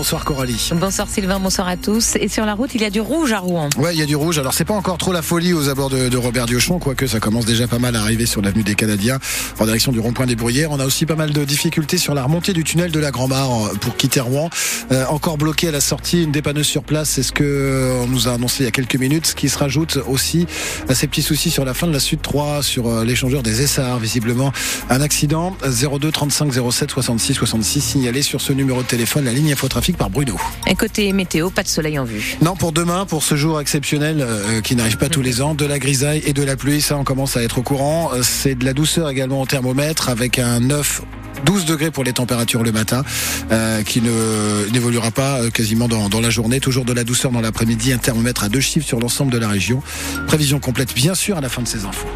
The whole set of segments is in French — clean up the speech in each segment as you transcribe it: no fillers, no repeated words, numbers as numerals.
Bonsoir Coralie. Bonsoir Sylvain, bonsoir à tous. Et sur la route, il y a du rouge à Rouen. Ouais, il y a du rouge. Alors c'est pas encore trop la folie aux abords de Robert Diochon, quoique ça commence déjà pas mal à arriver sur l'avenue des Canadiens en direction du rond-point des Bruyères. On a aussi pas mal de difficultés sur la remontée du tunnel de la Grand-Mare pour quitter Rouen. Encore bloqué à la sortie, une dépanneuse sur place, c'est ce que on nous a annoncé il y a quelques minutes, ce qui se rajoute aussi à ces petits soucis sur la fin de la Sud 3, sur l'échangeur des Essarts, visiblement un accident. 02 35 07 66 66 signalé sur ce numéro de téléphone, la ligne Infotrafic par Bruno. Et côté météo, pas de soleil en vue. Non, pour demain, pour ce jour exceptionnel qui n'arrive pas tous les ans, de la grisaille et de la pluie, ça on commence à être au courant. C'est de la douceur également au thermomètre avec un 12 degrés pour les températures le matin, qui n'évoluera pas quasiment dans la journée. Toujours de la douceur dans l'après-midi, un thermomètre à 2 chiffres sur l'ensemble de la région. Prévision complète bien sûr à la fin de ces infos.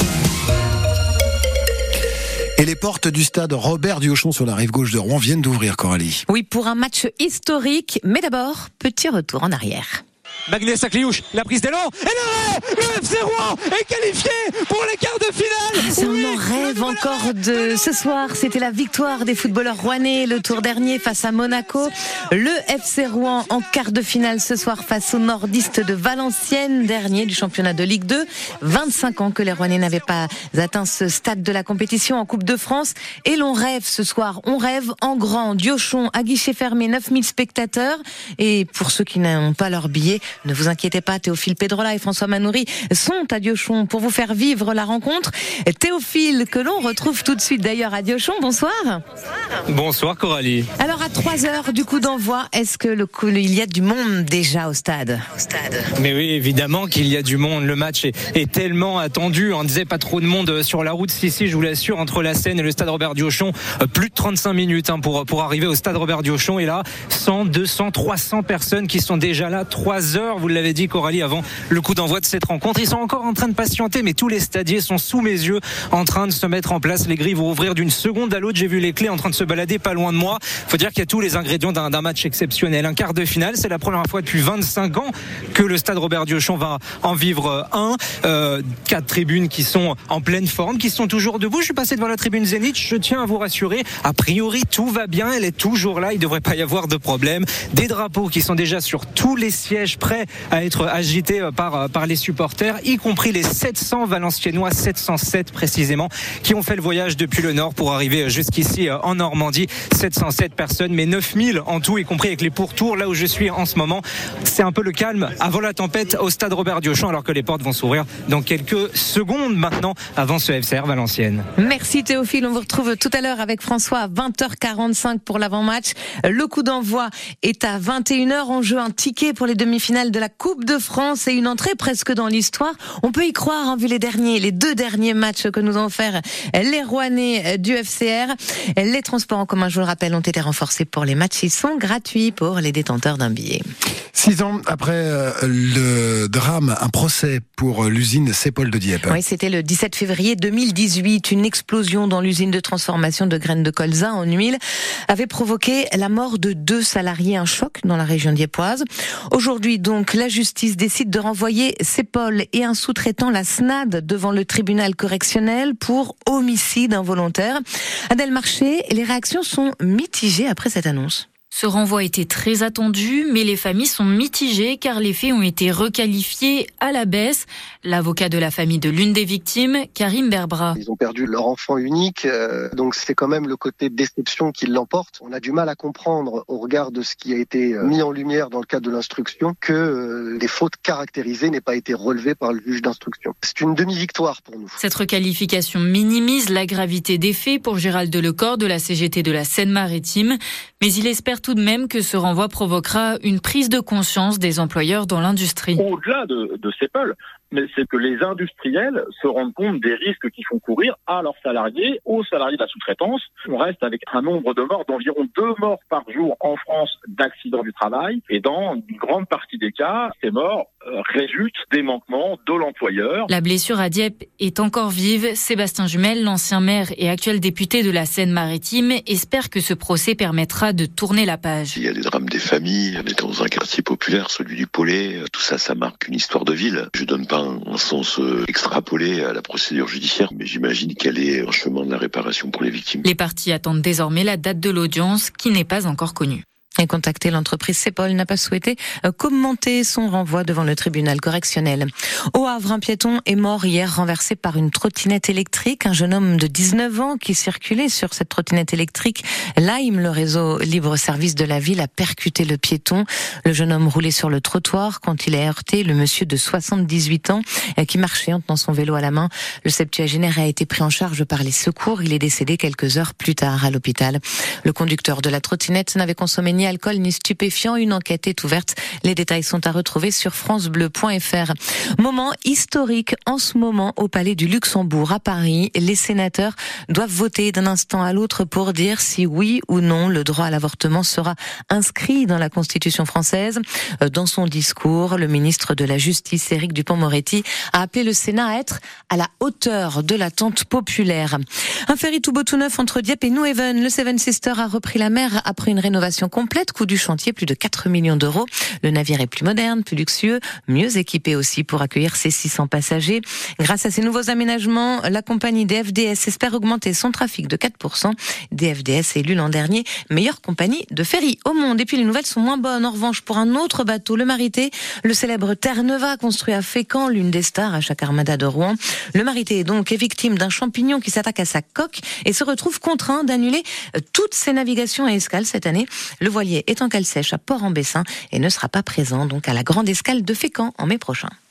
Et les portes du stade Robert Diochon sur la rive gauche de Rouen viennent d'ouvrir, Coralie. Oui, pour un match historique, mais d'abord, petit retour en arrière. Magnès Akliouche, la prise d'élan et l'arrêt. Le FC Rouen est qualifié pour les quarts de finale. Ça, on en rêve encore de ce soir. C'était la victoire des footballeurs rouennais le tour dernier face à Monaco. Le FC Rouen en quart de finale ce soir face aux nordistes de Valenciennes, dernier du championnat de Ligue 2. 25 ans que les Rouennais n'avaient pas atteint ce stade de la compétition en Coupe de France. Et l'on rêve ce soir, on rêve en grand. Diochon à guichet fermé, 9000 spectateurs. Et pour ceux qui n'ont pas leur billet, ne vous inquiétez pas, Théophile Pedrola et François Manoury sont à Diochon pour vous faire vivre la rencontre. Théophile, que l'on retrouve tout de suite d'ailleurs à Diochon, bonsoir. Bonsoir Coralie. Alors à 3h du coup d'envoi, est-ce que il y a du monde déjà au stade? Mais oui, évidemment qu'il y a du monde. Le match est tellement attendu. On disait pas trop de monde sur la route. Si, je vous l'assure, entre la Seine et le stade Robert Diochon, plus de 35 minutes pour arriver au stade Robert Diochon. Et là, 100, 200, 300 personnes qui sont déjà là. 3 heures, vous l'avez dit Coralie, avant le coup d'envoi de cette rencontre. Ils sont encore en train de patienter, mais tous les stadiers sont sous mes yeux en train de se mettre en place. Les grilles vont ouvrir d'une seconde à l'autre. J'ai vu les clés en train de se balader pas loin de moi. Faut dire qu'il y a tous les ingrédients d'un match exceptionnel. Un quart de finale, c'est la première fois depuis 25 ans que le stade Robert Diochon va en vivre un. 4 tribunes qui sont en pleine forme, qui sont toujours debout. Je suis passé devant la tribune Zénith. Je tiens à vous rassurer. A priori, tout va bien. Elle est toujours là. Il ne devrait pas y avoir de problème. Des drapeaux qui sont déjà sur tous les sièges prêts à être agités par les supporters, y compris les 700 Valenciennois, 707 précisément, qui ont fait le voyage depuis le nord pour arriver jusqu'ici en Normandie. 707 personnes, mais 9000 en tout, y compris avec les pourtours, là où je suis en ce moment. C'est un peu le calme avant la tempête au stade Robert Diochon, alors que les portes vont s'ouvrir dans quelques secondes maintenant avant ce FCR Valenciennes. Merci Théophile, on vous retrouve tout à l'heure avec François à 20h45 pour l'avant-match. Le coup d'envoi est à 21h. En jeu un ticket pour les demi-finales de la Coupe de France et une entrée presque dans l'histoire. On peut y croire, vu les 2 derniers matchs que nous ont offert les Rouennais du FCR. Les transports en commun, je vous le rappelle, ont été renforcés pour les matchs. Ils sont gratuits pour les détenteurs d'un billet. 6 ans après le drame, un procès pour l'usine Saipol de Dieppe. Oui, c'était le 17 février 2018. Une explosion dans l'usine de transformation de graines de colza en huile avait provoqué la mort de 2 salariés. Un choc dans la région diepoise. Aujourd'hui, donc, la justice décide de renvoyer Saipol et un sous-traitant, la SNAD, devant le tribunal correctionnel pour homicide involontaire. Adèle Marché, les réactions sont mitigées après cette annonce. Ce renvoi était très attendu, mais les familles sont mitigées car les faits ont été requalifiés à la baisse. L'avocat de la famille de l'une des victimes, Karim Berbra. Ils ont perdu leur enfant unique, donc c'est quand même le côté déception qui l'emporte. On a du mal à comprendre, au regard de ce qui a été mis en lumière dans le cadre de l'instruction, que les fautes caractérisées n'aient pas été relevées par le juge d'instruction. C'est une demi-victoire pour nous. Cette requalification minimise la gravité des faits pour Gérald Delecor de la CGT de la Seine-Maritime, mais il espère tout de même que ce renvoi provoquera une prise de conscience des employeurs dans l'industrie. Au-delà de Saipol, mais c'est que les industriels se rendent compte des risques qu'ils font courir à leurs salariés, aux salariés de la sous-traitance. On reste avec un nombre de morts d'environ 2 morts par jour en France d'accidents du travail. Et dans une grande partie des cas, ces morts résultent des manquements de l'employeur. La blessure à Dieppe est encore vive. Sébastien Jumel, l'ancien maire et actuel député de la Seine-Maritime, espère que ce procès permettra de tourner la page. Il y a des drames des familles. On est dans un quartier populaire, celui du Paulet. Tout ça, ça marque une histoire de ville. Je donne pas un sens extrapolé à la procédure judiciaire, mais j'imagine qu'elle est un chemin de la réparation pour les victimes. Les parties attendent désormais la date de l'audience qui n'est pas encore connue. Et contacté, l'entreprise Cepol n'a pas souhaité commenter son renvoi devant le tribunal correctionnel. Au Havre, un piéton est mort hier renversé par une trottinette électrique. Un jeune homme de 19 ans qui circulait sur cette trottinette électrique, Lime, le réseau libre-service de la ville, a percuté le piéton. Le jeune homme roulait sur le trottoir quand il a heurté le monsieur de 78 ans qui marchait en tenant son vélo à la main. Le septuagénaire a été pris en charge par les secours. Il est décédé quelques heures plus tard à l'hôpital. Le conducteur de la trottinette n'avait consommé ni alcool ni stupéfiant. Une enquête est ouverte. Les détails sont à retrouver sur francebleu.fr. Moment historique en ce moment au Palais du Luxembourg à Paris. Les sénateurs doivent voter d'un instant à l'autre pour dire si oui ou non le droit à l'avortement sera inscrit dans la Constitution française. Dans son discours, le ministre de la Justice, Éric Dupond-Moretti, a appelé le Sénat à être à la hauteur de l'attente populaire. Un ferry tout beau tout neuf entre Dieppe et Newhaven. Le Seven Sisters a repris la mer après une rénovation complète. Coût du chantier, plus de 4 millions d'euros. Le navire est plus moderne, plus luxueux, mieux équipé aussi pour accueillir ses 600 passagers. Grâce à ces nouveaux aménagements, la compagnie DFDS espère augmenter son trafic de 4%. DFDS élu l'an dernier meilleure compagnie de ferry au monde. Et puis les nouvelles sont moins bonnes. En revanche, pour un autre bateau, le Marité, le célèbre Terre-Neuva construit à Fécamp, l'une des stars à chaque armada de Rouen. Le Marité est donc victime d'un champignon qui s'attaque à sa coque et se retrouve contraint d'annuler toutes ses navigations et escales cette année. Le voilier est en cale sèche à Port-en-Bessin et ne sera pas présent donc à la grande escale de Fécamp en mai prochain.